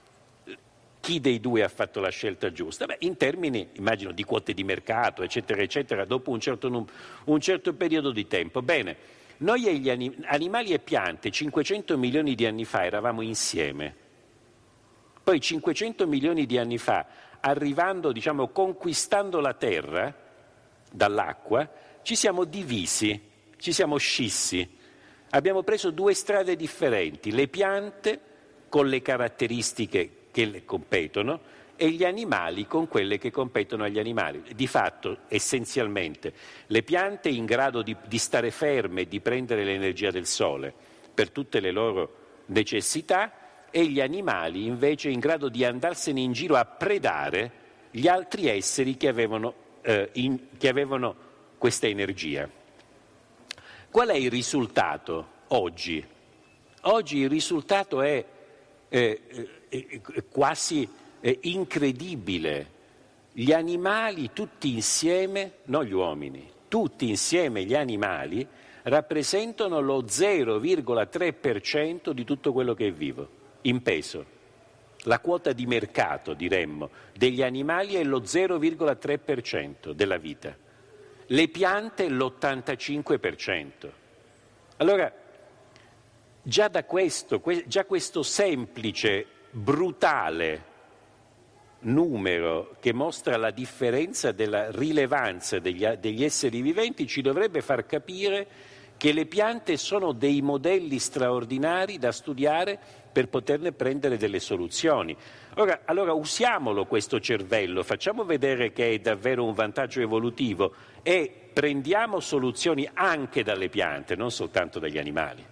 chi dei due ha fatto la scelta giusta? Beh, in termini, immagino, di quote di mercato, eccetera, eccetera, dopo un certo, num- un certo periodo di tempo. Bene, noi e gli anim- animali e piante cinquecento milioni di anni fa eravamo insieme. Poi cinquecento milioni di anni fa, arrivando, diciamo, conquistando la Terra dall'acqua, ci siamo divisi, ci siamo scissi. Abbiamo preso due strade differenti, le piante con le caratteristiche che le competono e gli animali con quelle che competono agli animali. Di fatto, essenzialmente, le piante in grado di, di stare ferme e di prendere l'energia del sole per tutte le loro necessità e gli animali invece in grado di andarsene in giro a predare gli altri esseri che avevano, eh, in, che avevano questa energia. Qual è il risultato oggi? Oggi il risultato è eh, eh, quasi eh, incredibile. Gli animali tutti insieme, non gli uomini, tutti insieme gli animali rappresentano lo zero virgola tre per cento di tutto quello che è vivo, in peso. La quota di mercato, diremmo, degli animali è lo zero virgola tre per cento della vita. Le piante l'ottantacinque per cento. Allora, già da questo, già questo semplice, brutale numero che mostra la differenza della rilevanza degli, degli esseri viventi ci dovrebbe far capire che le piante sono dei modelli straordinari da studiare per poterne prendere delle soluzioni. Ora, allora usiamolo questo cervello, facciamo vedere che è davvero un vantaggio evolutivo e prendiamo soluzioni anche dalle piante, non soltanto dagli animali.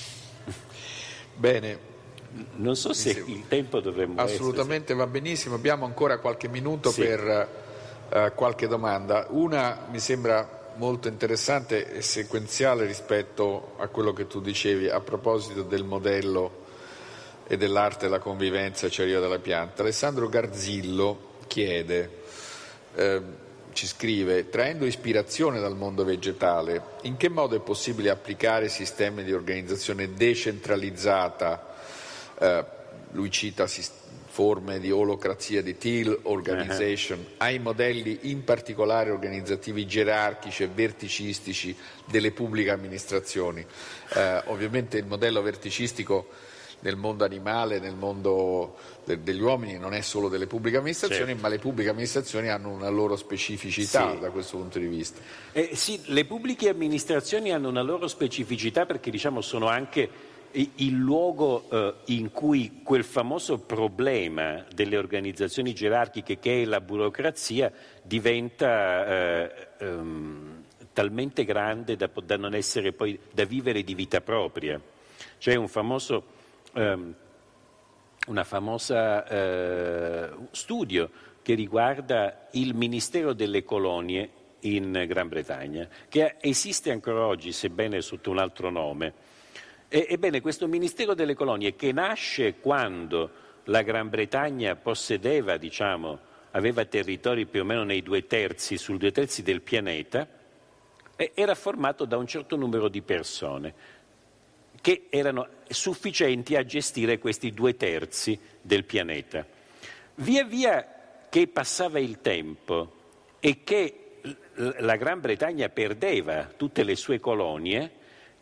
Bene. Non so se il tempo dovremmo assolutamente essere. Va benissimo, abbiamo ancora qualche minuto sì. per uh, qualche domanda. Una mi sembra molto interessante e sequenziale rispetto a quello che tu dicevi a proposito del modello e dell'arte della convivenza, ci arriva dalla pianta. Alessandro Garzillo chiede, eh, ci scrive, traendo ispirazione dal mondo vegetale, in che modo è possibile applicare sistemi di organizzazione decentralizzata, eh, lui cita forme di olocrazia, di teal organization, uh-huh. ai modelli in particolare organizzativi gerarchici e verticistici delle pubbliche amministrazioni. Eh, ovviamente il modello verticistico nel mondo animale, nel mondo de- degli uomini non è solo delle pubbliche amministrazioni, certo. ma le pubbliche amministrazioni hanno una loro specificità sì. da questo punto di vista. Eh, sì, le pubbliche amministrazioni hanno una loro specificità perché diciamo sono anche il luogo eh, in cui quel famoso problema delle organizzazioni gerarchiche che è la burocrazia diventa eh, ehm, talmente grande da, da non essere poi da vivere di vita propria. C'è un famoso ehm, una famosa eh, studio che riguarda il Ministero delle Colonie in Gran Bretagna, che esiste ancora oggi, sebbene sotto un altro nome. Ebbene, questo Ministero delle Colonie, che nasce quando la Gran Bretagna possedeva, diciamo, aveva territori più o meno nei due terzi, sul due terzi del pianeta, era formato da un certo numero di persone che erano sufficienti a gestire questi due terzi del pianeta. Via via che passava il tempo e che la Gran Bretagna perdeva tutte le sue colonie,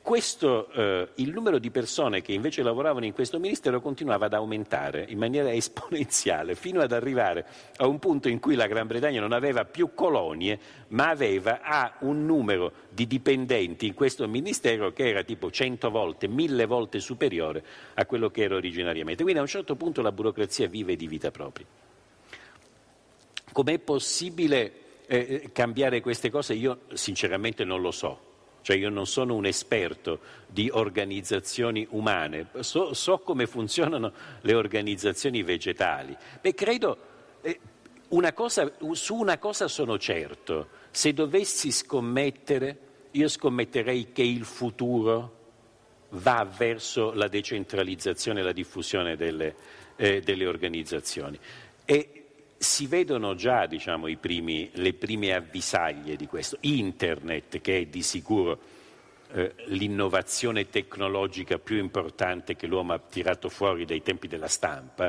questo, eh, il numero di persone che invece lavoravano in questo ministero continuava ad aumentare in maniera esponenziale, fino ad arrivare a un punto in cui la Gran Bretagna non aveva più colonie, ma aveva ha un numero di dipendenti in questo ministero che era tipo cento volte, mille volte superiore a quello che era originariamente. Quindi a un certo punto la burocrazia vive di vita propria. Com'è possibile eh, cambiare queste cose? Io sinceramente non lo so. Cioè io non sono un esperto di organizzazioni umane, so, so come funzionano le organizzazioni vegetali. Beh, credo, eh, una cosa, su una cosa sono certo, se dovessi scommettere, io scommetterei che il futuro va verso la decentralizzazione e la diffusione delle, eh, delle organizzazioni. E si vedono già, diciamo, i primi, le prime avvisaglie di questo. Internet, che è di sicuro eh, l'innovazione tecnologica più importante che l'uomo ha tirato fuori dai tempi della stampa.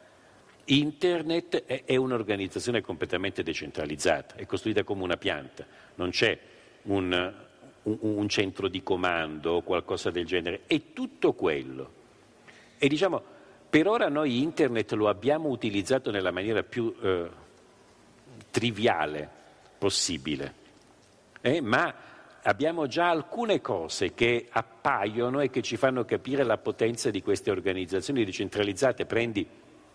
Internet è, è un'organizzazione completamente decentralizzata, è costruita come una pianta, non c'è un, un, un centro di comando o qualcosa del genere, è tutto quello. E diciamo, per ora noi Internet lo abbiamo utilizzato nella maniera più eh, triviale possibile, eh? ma abbiamo già alcune cose che appaiono e che ci fanno capire la potenza di queste organizzazioni decentralizzate. Prendi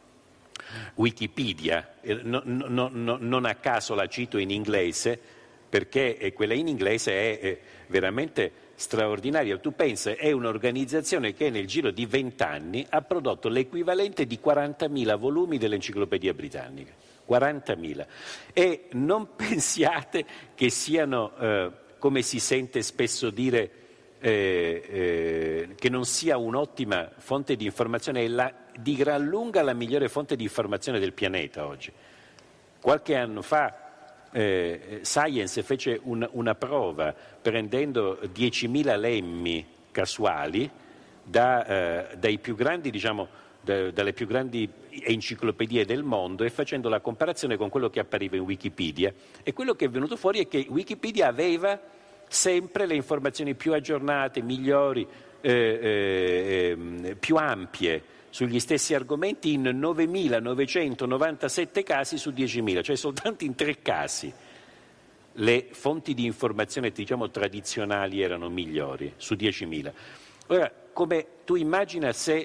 Wikipedia, eh, no, no, no, non a caso la cito in inglese, perché quella in inglese è, è veramente straordinaria. Tu pensa, è un'organizzazione che nel giro di vent'anni ha prodotto l'equivalente di quarantamila volumi dell'Enciclopedia Britannica. quarantamila. E non pensiate che siano, eh, come si sente spesso dire, eh, eh, che non sia un'ottima fonte di informazione, è la, di gran lunga la migliore fonte di informazione del pianeta oggi. Qualche anno fa Eh, Science fece un, una prova prendendo diecimila lemmi casuali da, eh, dai più grandi, diciamo, da, dalle più grandi enciclopedie del mondo e facendo la comparazione con quello che appariva in Wikipedia, e quello che è venuto fuori è che Wikipedia aveva sempre le informazioni più aggiornate, migliori, eh, eh, più ampie sugli stessi argomenti in novemilanovecentonovantasette casi su diecimila, cioè soltanto in tre casi le fonti di informazione, diciamo, tradizionali erano migliori su diecimila. Ora, come tu immagina se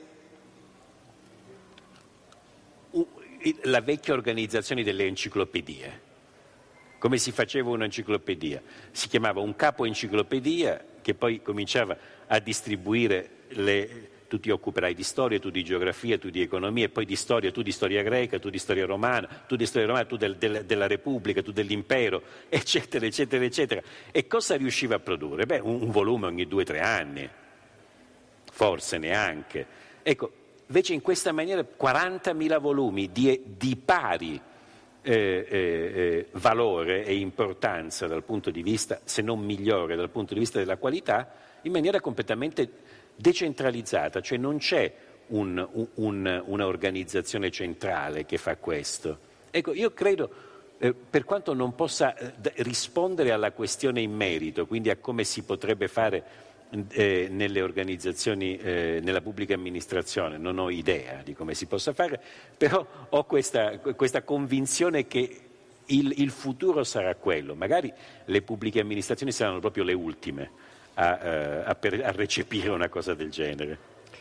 la vecchia organizzazione delle enciclopedie, come si faceva un'enciclopedia? Si chiamava un capo enciclopedia che poi cominciava a distribuire le... Tu ti occuperai di storia, tu di geografia, tu di economia, e poi di storia, tu di storia greca, tu di storia romana, tu di storia romana, tu del, del, della Repubblica, tu dell'impero, eccetera, eccetera, eccetera. E cosa riusciva a produrre? Beh, un, un volume ogni due o tre anni, forse neanche. Ecco, invece in questa maniera quarantamila volumi di, di pari eh, eh, eh, valore e importanza dal punto di vista, se non migliore, dal punto di vista della qualità, in maniera completamente decentralizzata, cioè non c'è un, un, una organizzazione centrale che fa questo. Ecco, io credo, eh, per quanto non possa eh, rispondere alla questione in merito, quindi a come si potrebbe fare eh, nelle organizzazioni, eh, nella pubblica amministrazione, non ho idea di come si possa fare, però ho questa, questa convinzione che il, il futuro sarà quello. Magari le pubbliche amministrazioni saranno proprio le ultime A, a, a recepire una cosa del genere.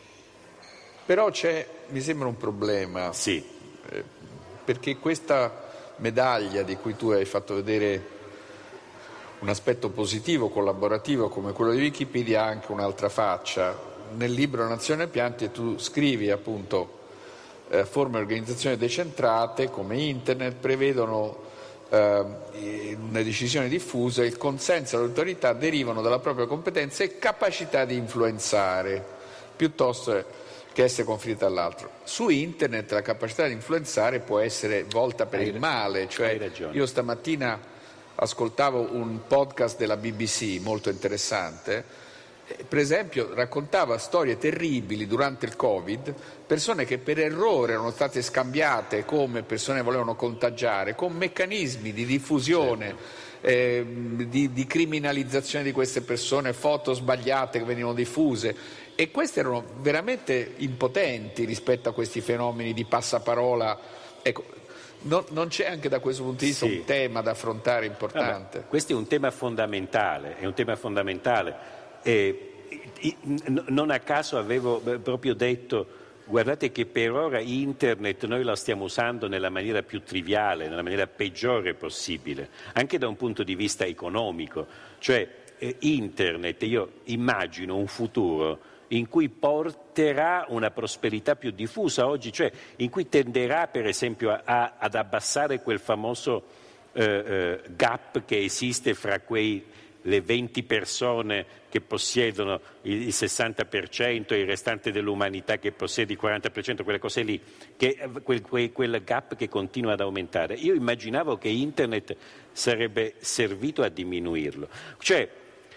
Però c'è, mi sembra, un problema, sì. eh, perché questa medaglia di cui tu hai fatto vedere un aspetto positivo, collaborativo come quello di Wikipedia ha anche un'altra faccia. Nel libro Nazione Piante tu scrivi appunto eh, forme di organizzazione decentrate come Internet prevedono in una decisione diffusa, il consenso e l'autorità derivano dalla propria competenza e capacità di influenzare, piuttosto che essere conferita all'altro. Su Internet la capacità di influenzare può essere volta per hai il male, cioè io stamattina ascoltavo un podcast della B B C molto interessante. Per esempio raccontava storie terribili durante il Covid, persone che per errore erano state scambiate come persone che volevano contagiare, con meccanismi di diffusione certo. eh, di, di criminalizzazione di queste persone, foto sbagliate che venivano diffuse, e queste erano veramente impotenti rispetto a questi fenomeni di passaparola. Ecco, no, non c'è anche da questo punto di vista sì. un tema da affrontare importante? Vabbè, questo è un tema fondamentale, è un tema fondamentale. Eh, non a caso avevo proprio detto: guardate che per ora internet noi la stiamo usando nella maniera più triviale, nella maniera peggiore possibile, anche da un punto di vista economico. Cioè eh, internet, io immagino un futuro in cui porterà una prosperità più diffusa oggi, cioè in cui tenderà per esempio a, a, ad abbassare quel famoso eh, eh, gap che esiste fra quei le venti persone che possiedono il sessanta per cento e il restante dell'umanità che possiede il quaranta per cento, quelle cose lì, che, quel, quel, quel gap che continua ad aumentare. Io immaginavo che internet sarebbe servito a diminuirlo. Cioè,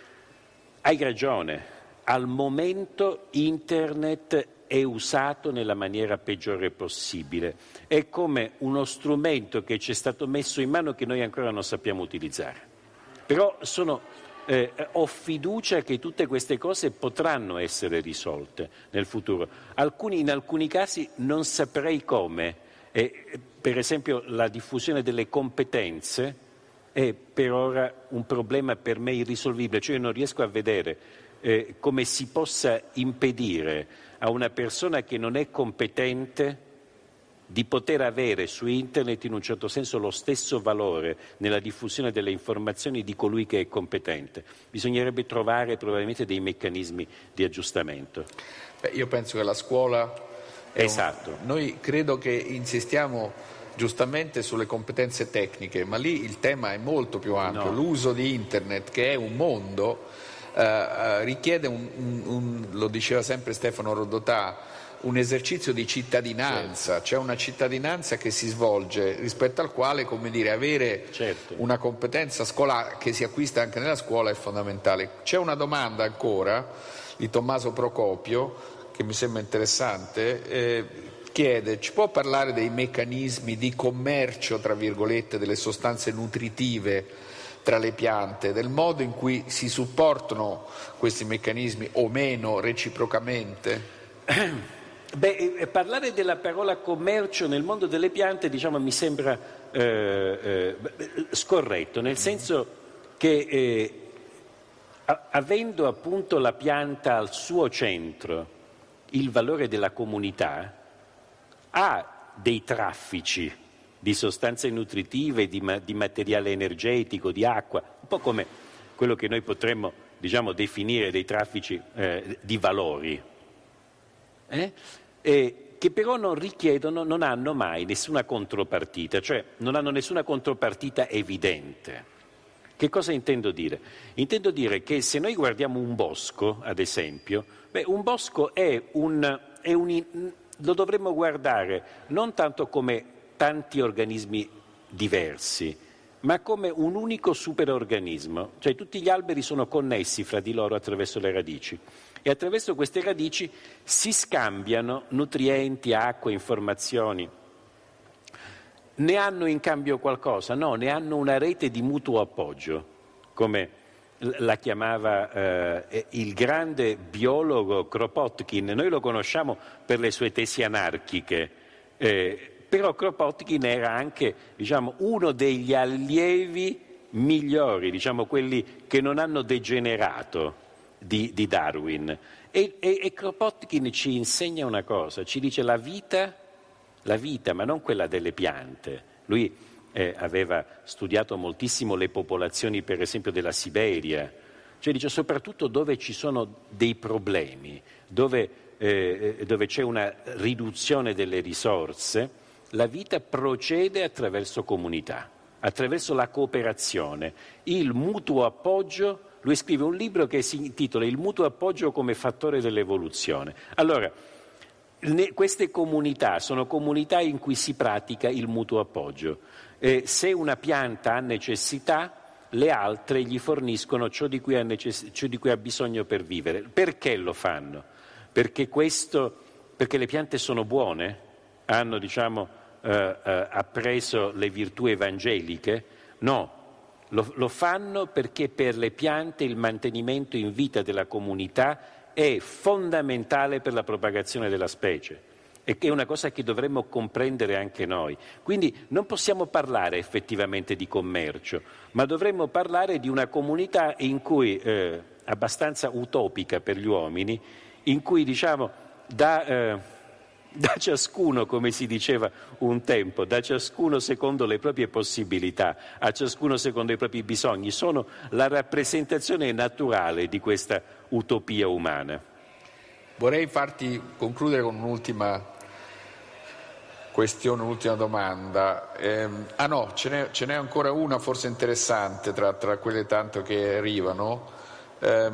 hai ragione, al momento internet è usato nella maniera peggiore possibile. È come uno strumento che ci è stato messo in mano che noi ancora non sappiamo utilizzare. Però sono, eh, ho fiducia che tutte queste cose potranno essere risolte nel futuro. Alcuni, in alcuni casi non saprei come. Eh, per esempio la diffusione delle competenze è per ora un problema per me irrisolvibile. Cioè io non riesco a vedere eh, come si possa impedire a una persona che non è competente di poter avere su internet in un certo senso lo stesso valore nella diffusione delle informazioni di colui che è competente. Bisognerebbe trovare probabilmente dei meccanismi di aggiustamento. Beh, io penso che la scuola... Esatto. Un... Noi credo che insistiamo giustamente sulle competenze tecniche, ma lì il tema è molto più ampio. No. L'uso di internet, che è un mondo, eh, richiede, un, un, un, lo diceva sempre Stefano Rodotà, un esercizio di cittadinanza, certo. C'è una cittadinanza che si svolge rispetto al quale, come dire, avere certo. una competenza scolastica che si acquista anche nella scuola è fondamentale. C'è una domanda ancora di Tommaso Procopio che mi sembra interessante, eh, chiede: ci può parlare dei meccanismi di commercio, tra virgolette, delle sostanze nutritive tra le piante, del modo in cui si supportano questi meccanismi o meno reciprocamente? Beh, parlare della parola commercio nel mondo delle piante, diciamo, mi sembra eh, eh, scorretto, nel senso che eh, avendo appunto la pianta al suo centro il valore della comunità, ha dei traffici di sostanze nutritive, di, ma- di materiale energetico, di acqua, un po' come quello che noi potremmo, diciamo, definire dei traffici eh, di valori. Eh? Eh, che però non richiedono, non hanno mai nessuna contropartita, cioè non hanno nessuna contropartita evidente. Che cosa intendo dire? Intendo dire che se noi guardiamo un bosco, ad esempio, beh, un bosco è un, è un, lo dovremmo guardare non tanto come tanti organismi diversi, ma come un unico superorganismo, cioè tutti gli alberi sono connessi fra di loro attraverso le radici. E attraverso queste radici si scambiano nutrienti, acqua, informazioni. Ne hanno in cambio qualcosa? No, ne hanno una rete di mutuo appoggio, come la chiamava eh, il grande biologo Kropotkin. Noi lo conosciamo per le sue tesi anarchiche, eh, però Kropotkin era anche, diciamo, uno degli allievi migliori, diciamo quelli che non hanno degenerato Di, di Darwin e, e, e Kropotkin ci insegna una cosa, ci dice la vita, la vita ma non quella delle piante. Lui eh, aveva studiato moltissimo le popolazioni per esempio della Siberia, cioè dice soprattutto dove ci sono dei problemi, dove, eh, dove c'è una riduzione delle risorse, la vita procede attraverso comunità, attraverso la cooperazione, il mutuo appoggio. Lui scrive un libro che si intitola Il mutuo appoggio come fattore dell'evoluzione. Allora, ne, queste comunità sono comunità in cui si pratica il mutuo appoggio. Eh, se una pianta ha necessità, le altre gli forniscono ciò di cui ha, necess- ciò di cui ha bisogno per vivere. Perché lo fanno? Perché, questo, perché le piante sono buone? Hanno, diciamo, eh, eh, appreso le virtù evangeliche? No. Lo, lo fanno perché per le piante il mantenimento in vita della comunità è fondamentale per la propagazione della specie, e che è una cosa che dovremmo comprendere anche noi. Quindi non possiamo parlare effettivamente di commercio, ma dovremmo parlare di una comunità in cui, eh, abbastanza utopica per gli uomini, in cui diciamo da, eh, da ciascuno, come si diceva un tempo, da ciascuno secondo le proprie possibilità, a ciascuno secondo i propri bisogni, sono la rappresentazione naturale di questa utopia umana. Vorrei farti concludere con un'ultima questione, un'ultima domanda. Eh, ah no, ce n'è, ce n'è ancora una forse interessante tra, tra quelle tante che arrivano. Eh,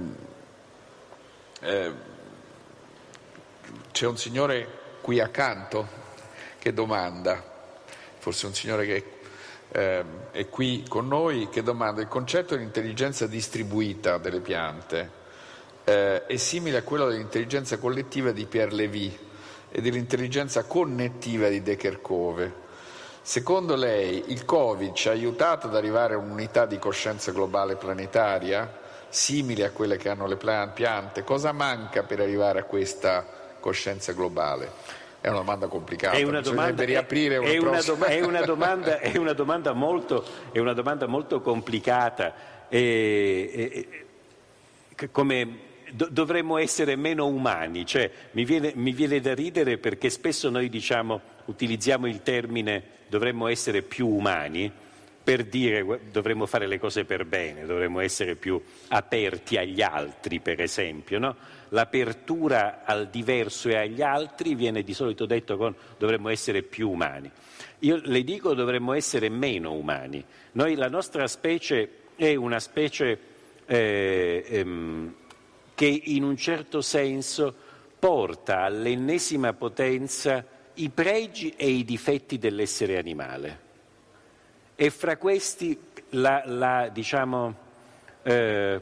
eh, c'è un signore qui accanto che domanda, forse un signore che eh, è qui con noi, che domanda: il concetto di intelligenza distribuita delle piante eh, è simile a quello dell'intelligenza collettiva di Pierre Lévy e dell'intelligenza connettiva di De Kerchove. Secondo lei il Covid ci ha aiutato ad arrivare a un'unità di coscienza globale planetaria simile a quelle che hanno le piante? Cosa manca per arrivare a questa coscienza globale? È una domanda complicata, è una domanda, riaprire una è, una prossima... è, una domanda, è, una domanda molto, è una domanda molto complicata. E, e, come dovremmo essere meno umani, cioè mi viene, mi viene da ridere perché spesso noi diciamo, utilizziamo il termine dovremmo essere più umani per dire dovremmo fare le cose per bene, dovremmo essere più aperti agli altri, per esempio, no? L'apertura al diverso e agli altri viene di solito detto con dovremmo essere più umani. Io le dico dovremmo essere meno umani. Noi, la nostra specie è una specie eh, ehm, che in un certo senso porta all'ennesima potenza i pregi e i difetti dell'essere animale. E fra questi la, la diciamo eh,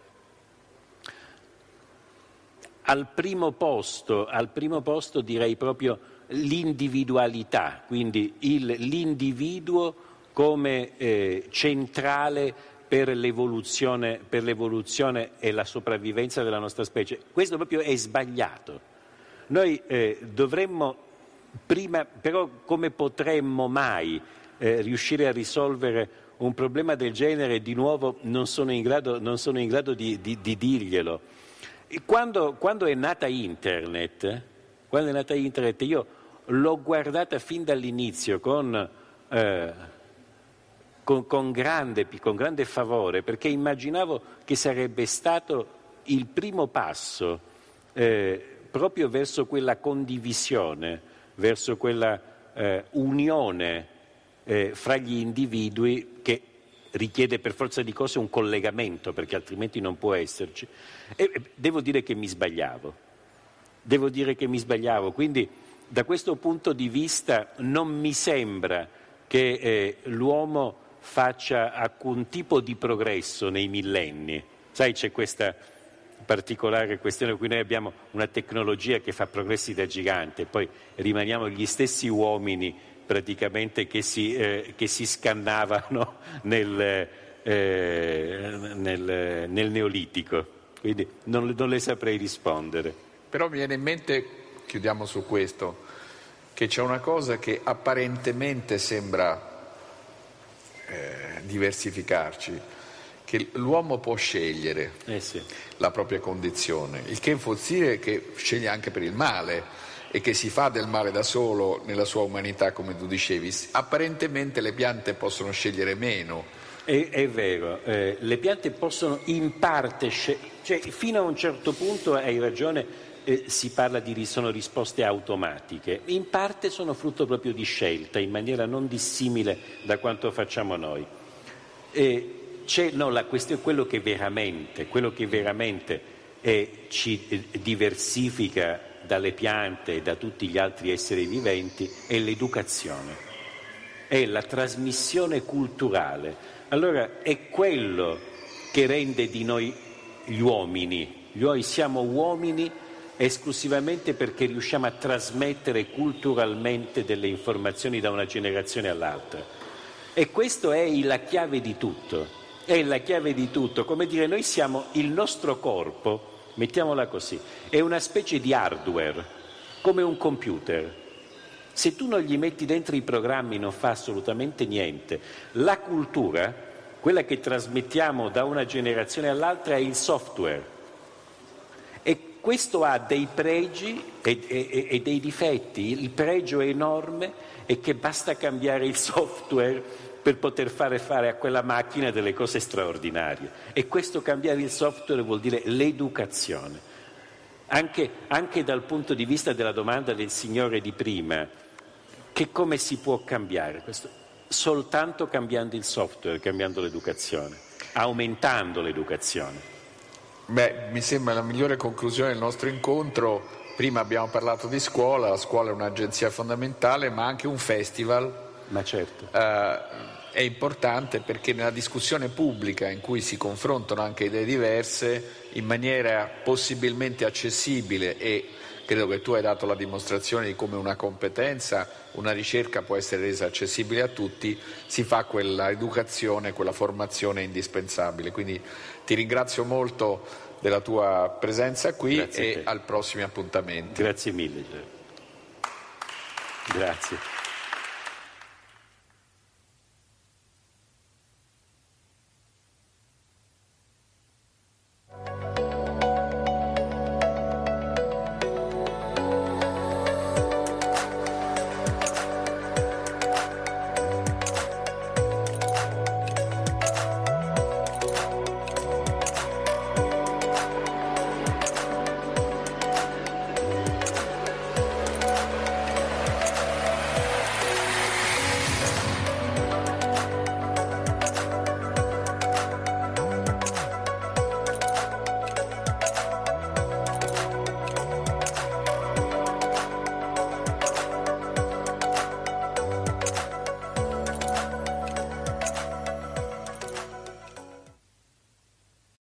al primo posto, al primo posto direi proprio l'individualità, quindi il, l'individuo come eh, centrale per l'evoluzione, per l'evoluzione e la sopravvivenza della nostra specie. Questo proprio è sbagliato. Noi eh, dovremmo prima, però come potremmo mai eh, riuscire a risolvere un problema del genere? Di nuovo non sono in grado, non sono in grado di, di, di dirglielo. Quando, quando è nata Internet, quando è nata Internet, io l'ho guardata fin dall'inizio con... Eh, Con, con, grande, con grande favore, perché immaginavo che sarebbe stato il primo passo eh, proprio verso quella condivisione, verso quella eh, unione eh, fra gli individui che richiede per forza di cose un collegamento, perché altrimenti non può esserci. E devo dire che mi sbagliavo, devo dire che mi sbagliavo, quindi da questo punto di vista non mi sembra che eh, l'uomo faccia alcun tipo di progresso nei millenni. Sai, c'è questa particolare questione in cui noi abbiamo una tecnologia che fa progressi da gigante e poi rimaniamo gli stessi uomini praticamente che si, eh, che si scannavano nel, eh, nel, nel Neolitico. Quindi non, non le saprei rispondere. Però mi viene in mente, chiudiamo su questo, che c'è una cosa che apparentemente sembra Eh, diversificarci, che l'uomo può scegliere eh sì. la propria condizione, il che vuol dire che sceglie anche per il male e che si fa del male da solo nella sua umanità, come tu dicevi. Apparentemente le piante possono scegliere meno. È, è vero, eh, le piante possono in parte scegliere, cioè fino a un certo punto hai ragione. Eh, si parla di sono risposte automatiche, in parte sono frutto proprio di scelta, in maniera non dissimile da quanto facciamo noi. Eh, c'è no, la questione, quello che veramente, quello che veramente eh, ci eh, diversifica dalle piante e da tutti gli altri esseri viventi è l'educazione, è la trasmissione culturale. Allora è quello che rende di noi gli uomini. Noi siamo uomini esclusivamente perché riusciamo a trasmettere culturalmente delle informazioni da una generazione all'altra. E questo è la chiave di tutto, è la chiave di tutto, come dire, noi siamo, il nostro corpo, mettiamola così, è una specie di hardware, come un computer. Se tu non gli metti dentro i programmi non fa assolutamente niente. La cultura, quella che trasmettiamo da una generazione all'altra, è il software. E questo ha dei pregi e, e, e dei difetti. Il pregio è enorme e che basta cambiare il software per poter fare fare a quella macchina delle cose straordinarie. E questo cambiare il software vuol dire l'educazione. Anche, anche dal punto di vista della domanda del signore di prima, che come si può cambiare questo? Soltanto cambiando il software, cambiando l'educazione, aumentando l'educazione. Beh, mi sembra la migliore conclusione del nostro incontro. Prima abbiamo parlato di scuola, la scuola è un'agenzia fondamentale, ma anche un festival. Ma certo. Eh, è importante perché nella discussione pubblica in cui si confrontano anche idee diverse in maniera possibilmente accessibile, e credo che tu hai dato la dimostrazione di come una competenza, una ricerca può essere resa accessibile a tutti, si fa quella educazione, quella formazione indispensabile. Quindi ti ringrazio molto della tua presenza qui. Grazie e al prossimi appuntamenti. Grazie mille. Grazie.